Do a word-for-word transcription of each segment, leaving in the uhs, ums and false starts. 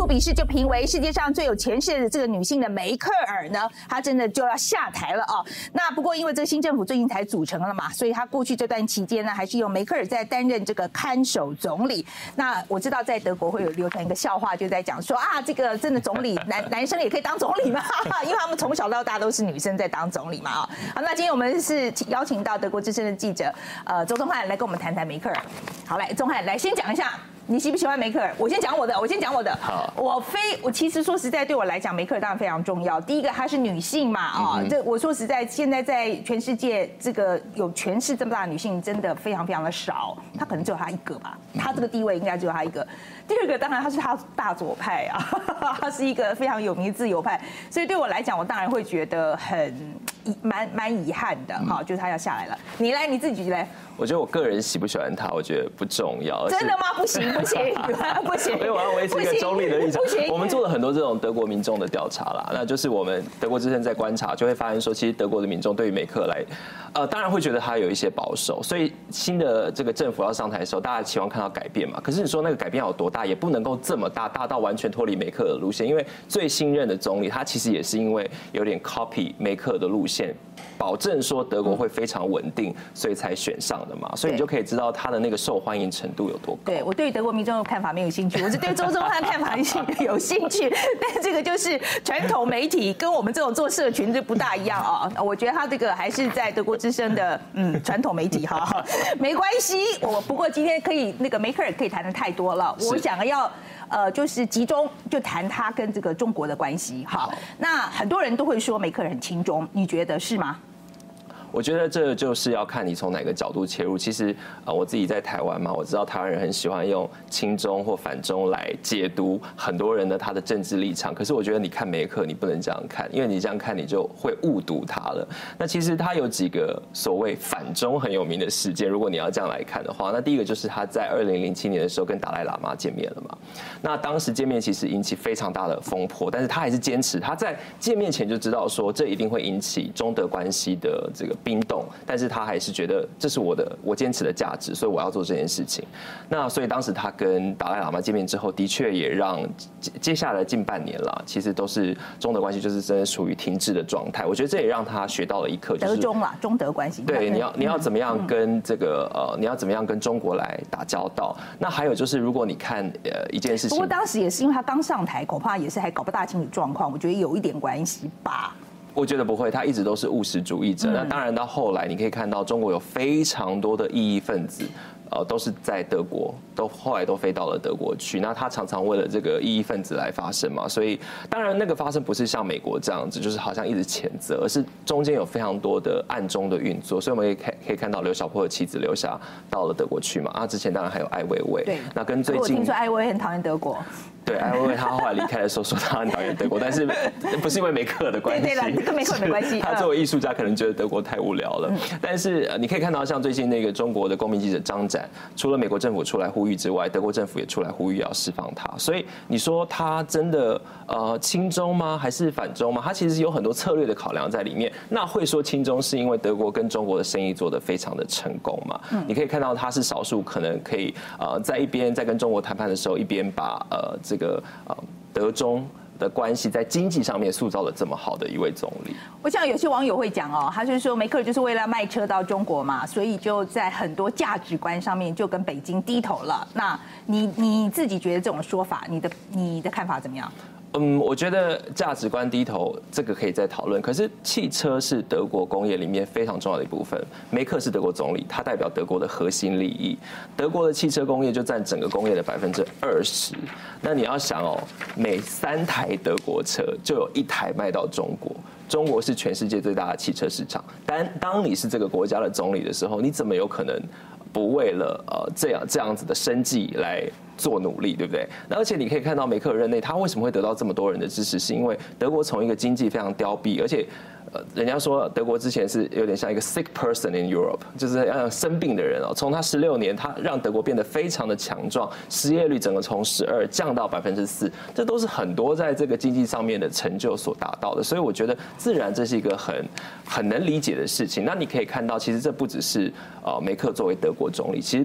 比试就评为世界上最有权势的这个女性的梅克尔呢，她真的就要下台了哦。那不过因为这个新政府最近才组成了嘛，所以她过去这段期间呢，还是由梅克尔在担任这个看守总理。那我知道在德国会有流传一个笑话，就在讲说啊，这个真的总理男男生也可以当总理嘛，因为他们从小到大都是女生在当总理嘛啊。好，那今天我们是邀请到德国之声的记者呃周宗翰来跟我们谈谈梅克尔。好，来宗翰来先讲一下。你喜不喜欢梅克尔？我先讲我的，我先讲我的。 好， 我非我其实说实在，对我来讲，梅克尔当然非常重要。第一个，她是女性嘛，啊、嗯，这我说实在，现在在全世界这个有权势这么大的女性，真的非常非常的少。她可能只有她一个吧，她这个地位应该只有她一个。第二个，当然她是她大左派啊，她是一个非常有名的自由派，所以对我来讲，我当然会觉得很蛮蛮遗憾的哈，就是她要下来了。你来，你自己来。 我觉得我个人喜不喜欢他，我觉得不重要。 真的吗？不行不行不行！ 因为我要维持一个中立的立场。我们做了很多这种德国民众的调查啦，那就是我们德国之声在观察，就会发现说，其实德国的民众对于梅克来，呃，当然会觉得他有一些保守，所以新的这个政府要上台的时候，大家期望看到改变嘛。可是你说那个改变要有多大，也不能够这么大，大到完全脱离梅克尔的路线，因为最新任的总理他其实也是因为有点 copy 梅克尔的路线。保证说德国会非常稳定，所以才选上的嘛，所以你就可以知道他的那个受欢迎程度有多高。 对，我对德国民众的看法没有兴趣，我是对周宗翰看法有兴趣，但这个就是传统媒体跟我们这种做社群就不大一样啊。我觉得他这个还是在德国之声的嗯传统媒体哈，没关系。我不过今天可以那个梅克尔可以谈的太多了，我想要。呃，就是集中就谈他跟这个中国的关系。好，那很多人都会说梅克尔很亲中，你觉得是吗？ 我觉得这就是要看你从哪个角度切入。其实，呃，我自己在台湾嘛，我知道台湾人很喜欢用亲中或反中来解读很多人的他的政治立场。可是我觉得你看梅克，你不能这样看，因为你这样看你就会误读他了。那其实他有几个所谓反中很有名的事件，如果你要这样来看的话，那第一个就是他在二零零七年的时候跟达赖喇嘛见面了嘛。那当时见面其实引起非常大的风波，但是他还是坚持，他在见面前就知道说这一定会引起中德关系的这个冰冻，但是他还是觉得这是我的我坚持的价值，所以我要做这件事情。那所以当时他跟达赖喇嘛见面之后，的确也让接下来近半年啦，其实都是中德关系就是真的属于停滞的状态。我觉得这也让他学到了一课，就是德中啦，中德关系。 对，你要你要怎么样跟这个呃，你要怎么样跟中国来打交道？那还有就是，如果你看呃一件事情， 不过当时也是因为他刚上台，恐怕也是还搞不大清楚状况，我觉得有一点关系吧。 我觉得不会，他一直都是务实主义者。那当然到后来，你可以看到中国有非常多的异议分子，呃，都是在德国，都后来都飞到了德国去。那他常常为了这个异议分子来发声嘛，所以当然那个发声不是像美国这样子，就是好像一直谴责，而是中间有非常多的暗中的运作。所以我们也可以可以看到刘晓波的妻子刘霞到了德国去嘛，啊，之前当然还有艾薇薇。 对， 那跟最近我听说艾薇很讨厌德国。 对，艾薇薇她后来离开的时候说她很讨厌德国，但是不是因为梅克尔的关系， 对对，跟梅克尔没关系。 他作为艺术家可能觉得德国太无聊了，但是你可以看到像最近那个中国的公民记者张展，除了美国政府出来呼吁之外，德国政府也出来呼吁要释放他。所以你说他真的呃亲中吗？还是反中吗？他其实有很多策略的考量在里面。那会说亲中是因为德国跟中国的生意做得非常的成功嘛？你可以看到他是少数可能可以呃在一边在跟中国谈判的时候，一边把呃这个呃德中的关系在经济上面塑造了这么好的一位总理。 我想有些网友会讲哦，他就是说梅克尔就是为了卖车到中国嘛，所以就在很多价值观上面就跟北京低头了。那你你自己觉得这种说法，你的你的看法怎么样？ 嗯，我觉得价值观低头这个可以再讨论。可是汽车是德国工业里面非常重要的一部分。梅克是德国总理，他代表德国的核心利益。德国的汽车工业就占整个工业的百分之二十。那你要想哦，每三台德国车就有一台卖到中国。中国是全世界最大的汽车市场。当当你是这个国家的总理的时候，你怎么有可能不为了呃这样这样子的生计来做努力，对不对？那而且你可以看到梅克尔任内，他为什么会得到这么多人的支持？是因为德国从一个经济非常凋敝，而且呃，人家说德国之前是有点像一个 sick person in Europe， 就是让生病的人哦。从他十六年，他让德国变得非常的强壮，失业率整个从十二降到百分之四，这都是很多在这个经济上面的成就所达到的。所以我觉得自然这是一个很很能理解的事情。那你可以看到，其实这不只是呃梅克作为德国总理，其实都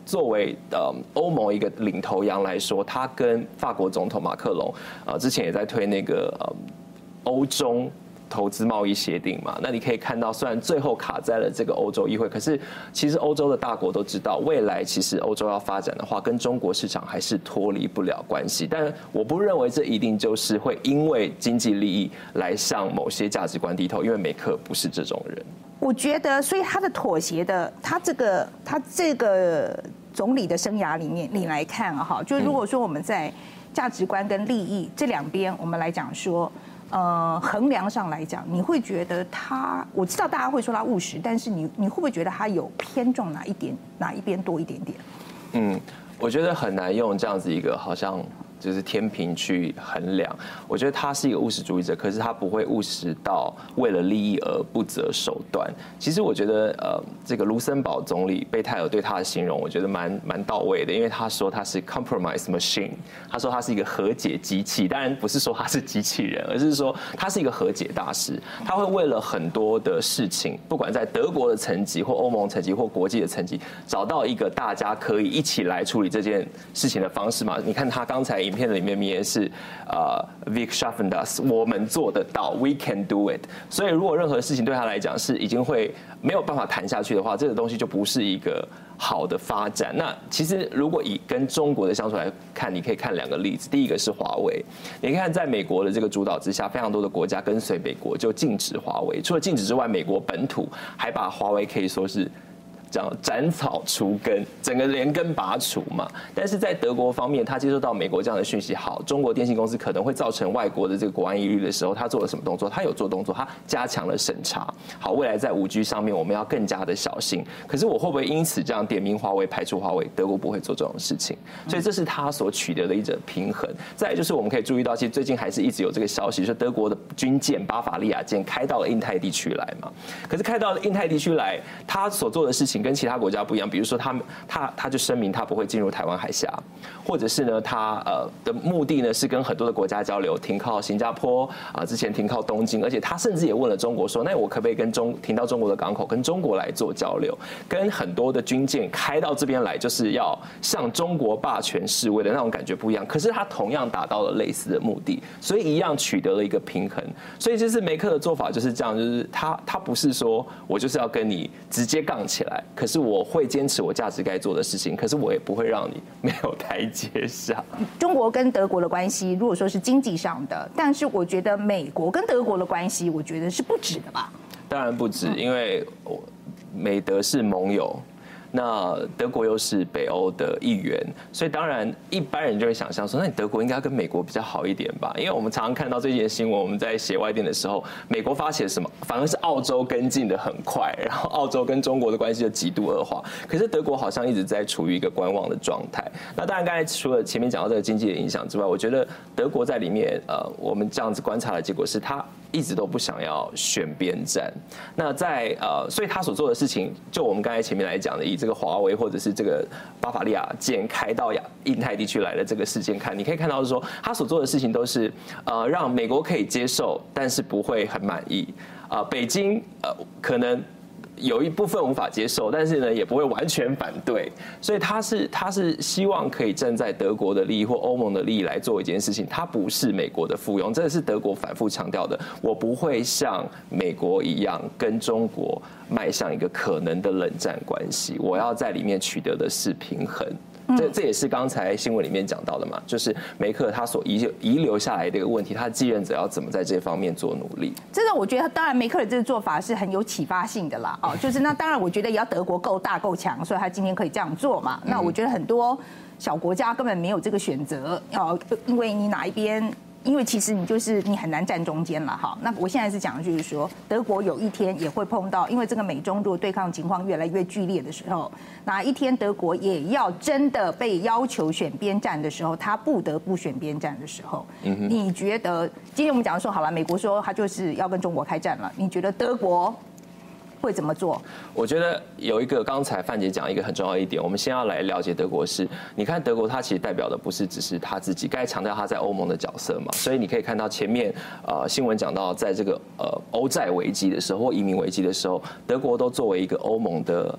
作为呃欧盟一个领头羊来说，他跟法国总统马克龙呃之前也在推那个呃欧中投资贸易协定嘛，那你可以看到，虽然最后卡在了这个欧洲议会，可是其实欧洲的大国都知道，未来其实欧洲要发展的话，跟中国市场还是脱离不了关系。但我不认为这一定就是会因为经济利益来向某些价值观低头，因为梅克不是这种人。 我觉得，所以他的妥协的，他这个他这个总理的生涯里面，你来看啊，哈，就如果说我们在价值观跟利益这两边，我们来讲说。呃，衡量上来讲，你会觉得他，我知道大家会说他务实，但是你你会不会觉得他有偏重哪一点，哪一边多一点点？ 嗯，我觉得很难用这样子一个好像就是天平去衡量。我觉得他是一个务实主义者，可是他不会务实到为了利益而不择手段。其实我觉得，呃，这个卢森堡总理贝泰尔对他的形容，我觉得蛮蛮到位的，因为他说他是 compromise machine， 他说他是一个和解机器。当然不是说他是机器人，而是说他是一个和解大师。他会为了很多的事情，不管在德国的层级或欧盟层级或国际的层级，找到一个大家可以一起来处理这件事情的方式嘛。你看他刚才影片的里面也是，呃 ，Vic schaffen das， 我们做得到 ，We can do it。所以如果任何事情对他来讲是已经会没有办法谈下去的话，这个东西就不是一个好的发展。那其实如果以跟中国的相处来看，你可以看两个例子。第一个是华为，你看在美国的这个主导之下，非常多的国家跟随美国就禁止华为。除了禁止之外，美国本土还把华为可以说是这样斩草除根，整个连根拔除嘛。但是在德国方面，他接收到美国这样的讯息，好，中国电信公司可能会造成外国的这个国安疑虑的时候，他做了什么动作？他有做动作，他加强了审查。好，未来在五 G 上面我们要更加的小心。可是我会不会因此这样点名华为、排除华为？德国不会做这种事情，所以这是他所取得的一种平衡。再来就是我们可以注意到，其实最近还是一直有这个消息，说德国的军舰巴伐利亚舰开到了印太地区来嘛。可是开到了印太地区来，他所做的事情跟其他国家不一样，比如说他他他就声明他不会进入台湾海峡，或者是呢他呃的目的呢是跟很多的国家交流，停靠新加坡啊，之前停靠东京，而且他甚至也问了中国说，那我可不可以跟中停到中国的港口，跟中国来做交流？跟很多的军舰开到这边来，就是要向中国霸权示威的那种感觉不一样。可是他同样达到了类似的目的，所以一样取得了一个平衡。所以就是梅克的做法就是这样，就是他他不是说我就是要跟你直接杠起来，可是我会坚持我价值该做的事情，可是我也不会让你没有台阶下。 中国跟德国的关系，如果说是经济上的，但是我觉得美国跟德国的关系，我觉得是不止的吧？ 当然不止，因为美德是盟友。那德国又是北欧的一员，所以当然一般人就会想象说，那你德国应该跟美国比较好一点吧？因为我们常常看到最近的新闻，我们在写外电的时候，美国发起了什么，反而是澳洲跟进的很快，然后澳洲跟中国的关系就极度恶化。可是德国好像一直在处于一个观望的状态。那当然，刚才除了前面讲到这个经济的影响之外，我觉得德国在里面，呃，我们这样子观察的结果是，他一直都不想要选边站。那在呃，所以他所做的事情，就我们刚才前面来讲的，以这个华为或者是这个巴伐利亚舰开到亚印太地区来的这个事件看，你可以看到是说，他所做的事情都是呃让美国可以接受，但是不会很满意。啊、呃，北京呃可能有一部分无法接受，但是呢也不会完全反对，所以他是他是希望可以站在德国的利益或欧盟的利益来做一件事情，他不是美国的附庸，这是德国反复强调的。我不会像美国一样跟中国迈向一个可能的冷战关系，我要在里面取得的是平衡。这这也是刚才新闻里面讲到的嘛，就是梅克他所遗遗留下来的一个问题，他的继任者要怎么在这方面做努力？ 这个我觉得，当然梅克尔这个做法是很有启发性的啦，哦，就是那当然我觉得也要德国够大够强，所以他今天可以这样做嘛。那我觉得很多小国家根本没有这个选择，哦，因为你哪一边。因为其实你就是你很难站中间了哈。那我现在是讲的就是说，德国有一天也会碰到，因为这个美中如果对抗情况越来越剧烈的时候，哪一天德国也要真的被要求选边站的时候，他不得不选边站的时候，嗯、你觉得今天我们讲说好了，美国说他就是要跟中国开战了，你觉得德国会怎么做？ 我觉得有一个刚才范姐讲一个很重要的一点，我们先要来了解德国是，你看德国它其实代表的不是只是他自己，刚才强调他在欧盟的角色嘛，所以你可以看到前面呃新闻讲到，在这个呃欧债危机的时候或移民危机的时候，德国都作为一个欧盟的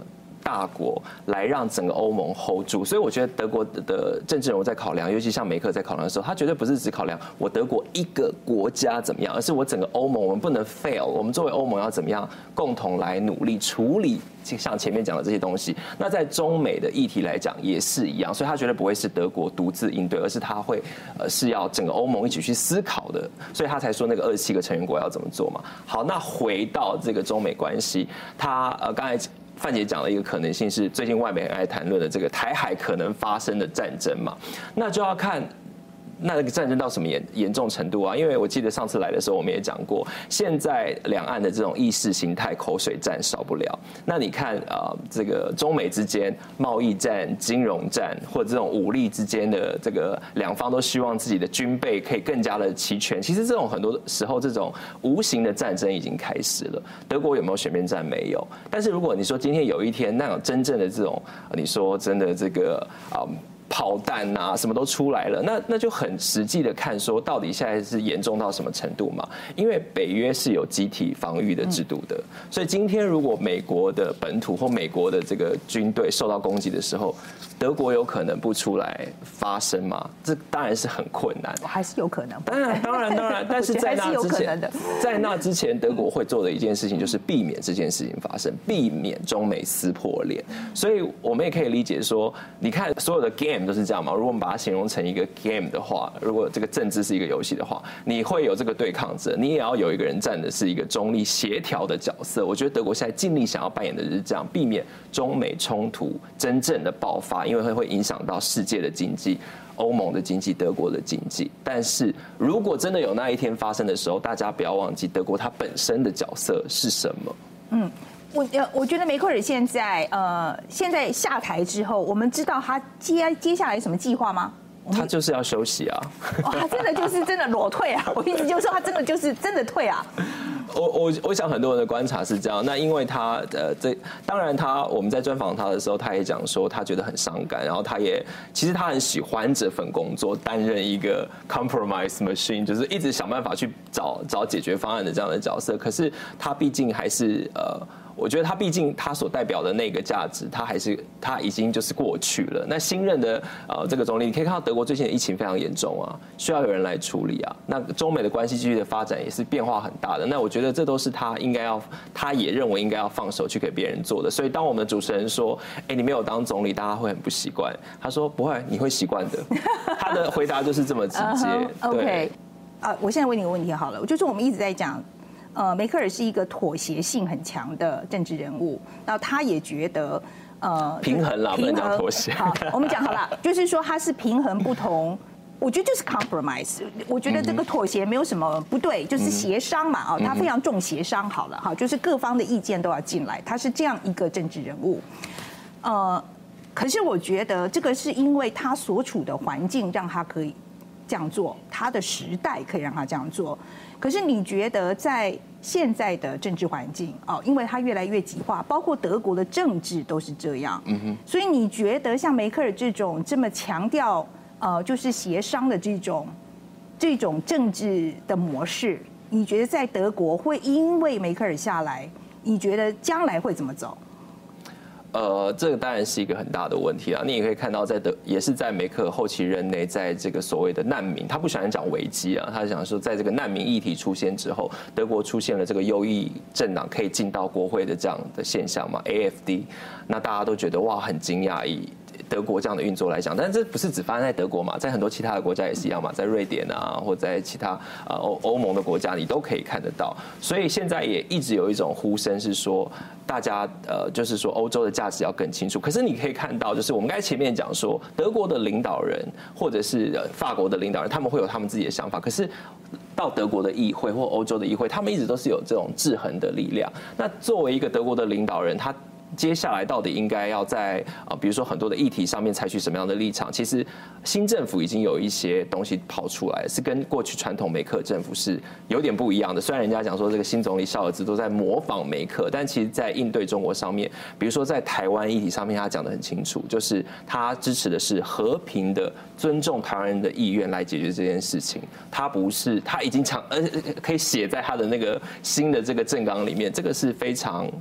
大国来让整个欧盟 hold 住。所以我觉得德国的政治人物在考量，尤其像梅克在考量的时候，他绝对不是只考量我德国一个国家怎么样，而是我整个欧盟我们不能 fail， 我们作为欧盟要怎么样共同来努力处理像前面讲的这些东西。那在中美的议题来讲也是一样，所以他绝对不会是德国独自应对，而是他会呃是要整个欧盟一起去思考的，所以他才说那个二十七个成员国要怎么做嘛。好，那回到这个中美关系，他呃刚才范姐讲了一个可能性是最近外媒很爱谈论的这个台海可能发生的战争嘛，那就要看。那个战争到什么严严重程度啊？因为我记得上次来的时候，我们也讲过，现在两岸的这种意识形态口水战少不了。那你看呃，这个中美之间贸易战、金融战，或者这种武力之间的这个两方都希望自己的军备可以更加的齐全。其实这种很多时候，这种无形的战争已经开始了。德国有没有选边站？没有。但是如果你说今天有一天那种真正的这种，你说真的这个啊。炮弹啊，什么都出来了，那那就很实际的看说，到底现在是严重到什么程度嘛？因为北约是有集体防御的制度的，所以今天如果美国的本土或美国的这个军队受到攻击的时候，德国有可能不出来发声吗？这当然是很困难， 还是有可能。 当然，当然，当然，但是在那之前，在那之前，德国会做的一件事情就是避免这件事情发生，避免中美撕破脸。所以我们也可以理解说，你看所有的 game。都是这样嘛？如果我们把它形容成一个 game 的话，如果这个政治是一个游戏的话，你会有这个对抗者，你也要有一个人站的是一个中立协调的角色。我觉得德国现在尽力想要扮演的就是这样，避免中美冲突真正的爆发，因为会影响到世界的经济。欧盟的经济、德国的经济，但是如果真的有那一天发生的时候，大家不要忘记德国它本身的角色是什么。嗯。 我呃，我觉得梅克尔现在呃，现在下台之后，我们知道他接接下来什么计划吗？ 他就是要休息啊！ 哦，他真的就是真的裸退啊！我一直就说他真的就是真的退啊！ 我我我想很多人的观察是这样，那因为他呃，这当然他我们在专访他的时候，他也讲说他觉得很伤感，然后他也其实他很喜欢这份工作，担任一个 compromise machine， 就是一直想办法去找找解决方案的这样的角色。可是他毕竟还是呃。我觉得他毕竟他所代表的那个价值，他还是他已经就是过去了。那新任的呃这个总理，你可以看到德国最近的疫情非常严重啊，需要有人来处理啊。那中美的关系继续的发展也是变化很大的。那我觉得这都是他应该要，他也认为应该要放手去给别人做的。所以当我们的主持人说，哎，你没有当总理，大家会很不习惯。他说不会，你会习惯的。他的回答就是这么直接。 uh-huh, OK， 啊，我现在问你个问题好了，就是我们一直在讲。呃，梅克尔是一个妥协性很强的政治人物，那他也觉得，呃， 平衡啦，不能讲妥协。 好，我们讲好了，就是说他是平衡不同，我觉得就是 compromise。我觉得这个妥协没有什么不对，就是协商嘛，啊，他非常重协商，好了，哈，就是各方的意见都要进来，他是这样一个政治人物，呃，可是我觉得这个是因为他所处的环境让他可以这样做，他的时代可以让他这样做。可是你觉得在现在的政治环境哦，因为它越来越极化，包括德国的政治都是这样，嗯哼，所以你觉得像梅克尔这种这么强调呃就是协商的这种这种政治的模式，你觉得在德国会因为梅克尔下来，你觉得将来会怎么走？ 呃，这个当然是一个很大的问题啊。你也可以看到，在德也是在梅克尔后期任内，在这个所谓的难民，他不喜欢讲危机啊，他想说，在这个难民议题出现之后，德国出现了这个右翼政党可以进到国会的这样的现象嘛 ，A F D， 那大家都觉得哇，很惊讶以德国这样的运作来讲，但是这不是只发生在德国嘛，在很多其他的国家也是一样嘛，在瑞典啊，或者在其他呃欧欧盟的国家，你都可以看得到。所以现在也一直有一种呼声是说，大家呃就是说欧洲的价值要更清楚。可是你可以看到，就是我们刚才前面讲说，德国的领导人或者是法国的领导人，他们会有他们自己的想法，可是到德国的议会或欧洲的议会，他们一直都是有这种制衡的力量。那作为一个德国的领导人，他接下来到底应该要在啊，比如说很多的议题上面采取什么样的立场？其实新政府已经有一些东西跑出来，是跟过去传统梅克尔政府是有点不一样的。虽然人家讲说这个新总理肖尔兹都在模仿梅克，但其实在应对中国上面，比如说在台湾议题上面，他讲得很清楚，就是他支持的是和平的尊重台湾人的意愿来解决这件事情。他不是他已经强呃可以写在他的那个新的这个政纲里面，这个是非常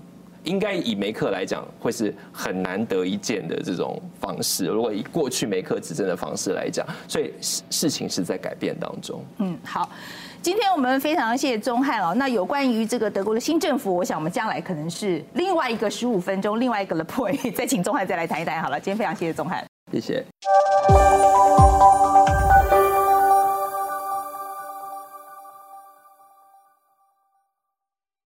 应该以梅克来讲，会是很难得一见的这种方式。如果以过去梅克执政的方式来讲，所以事情是在改变当中。 嗯，好。今天我们非常谢谢宗翰哦。那有关于这个德国的新政府，我想我们将来可能是另外一个十五分钟，另外一个 the point， 再请宗翰再来谈一谈好了。今天非常谢谢宗翰， 谢谢。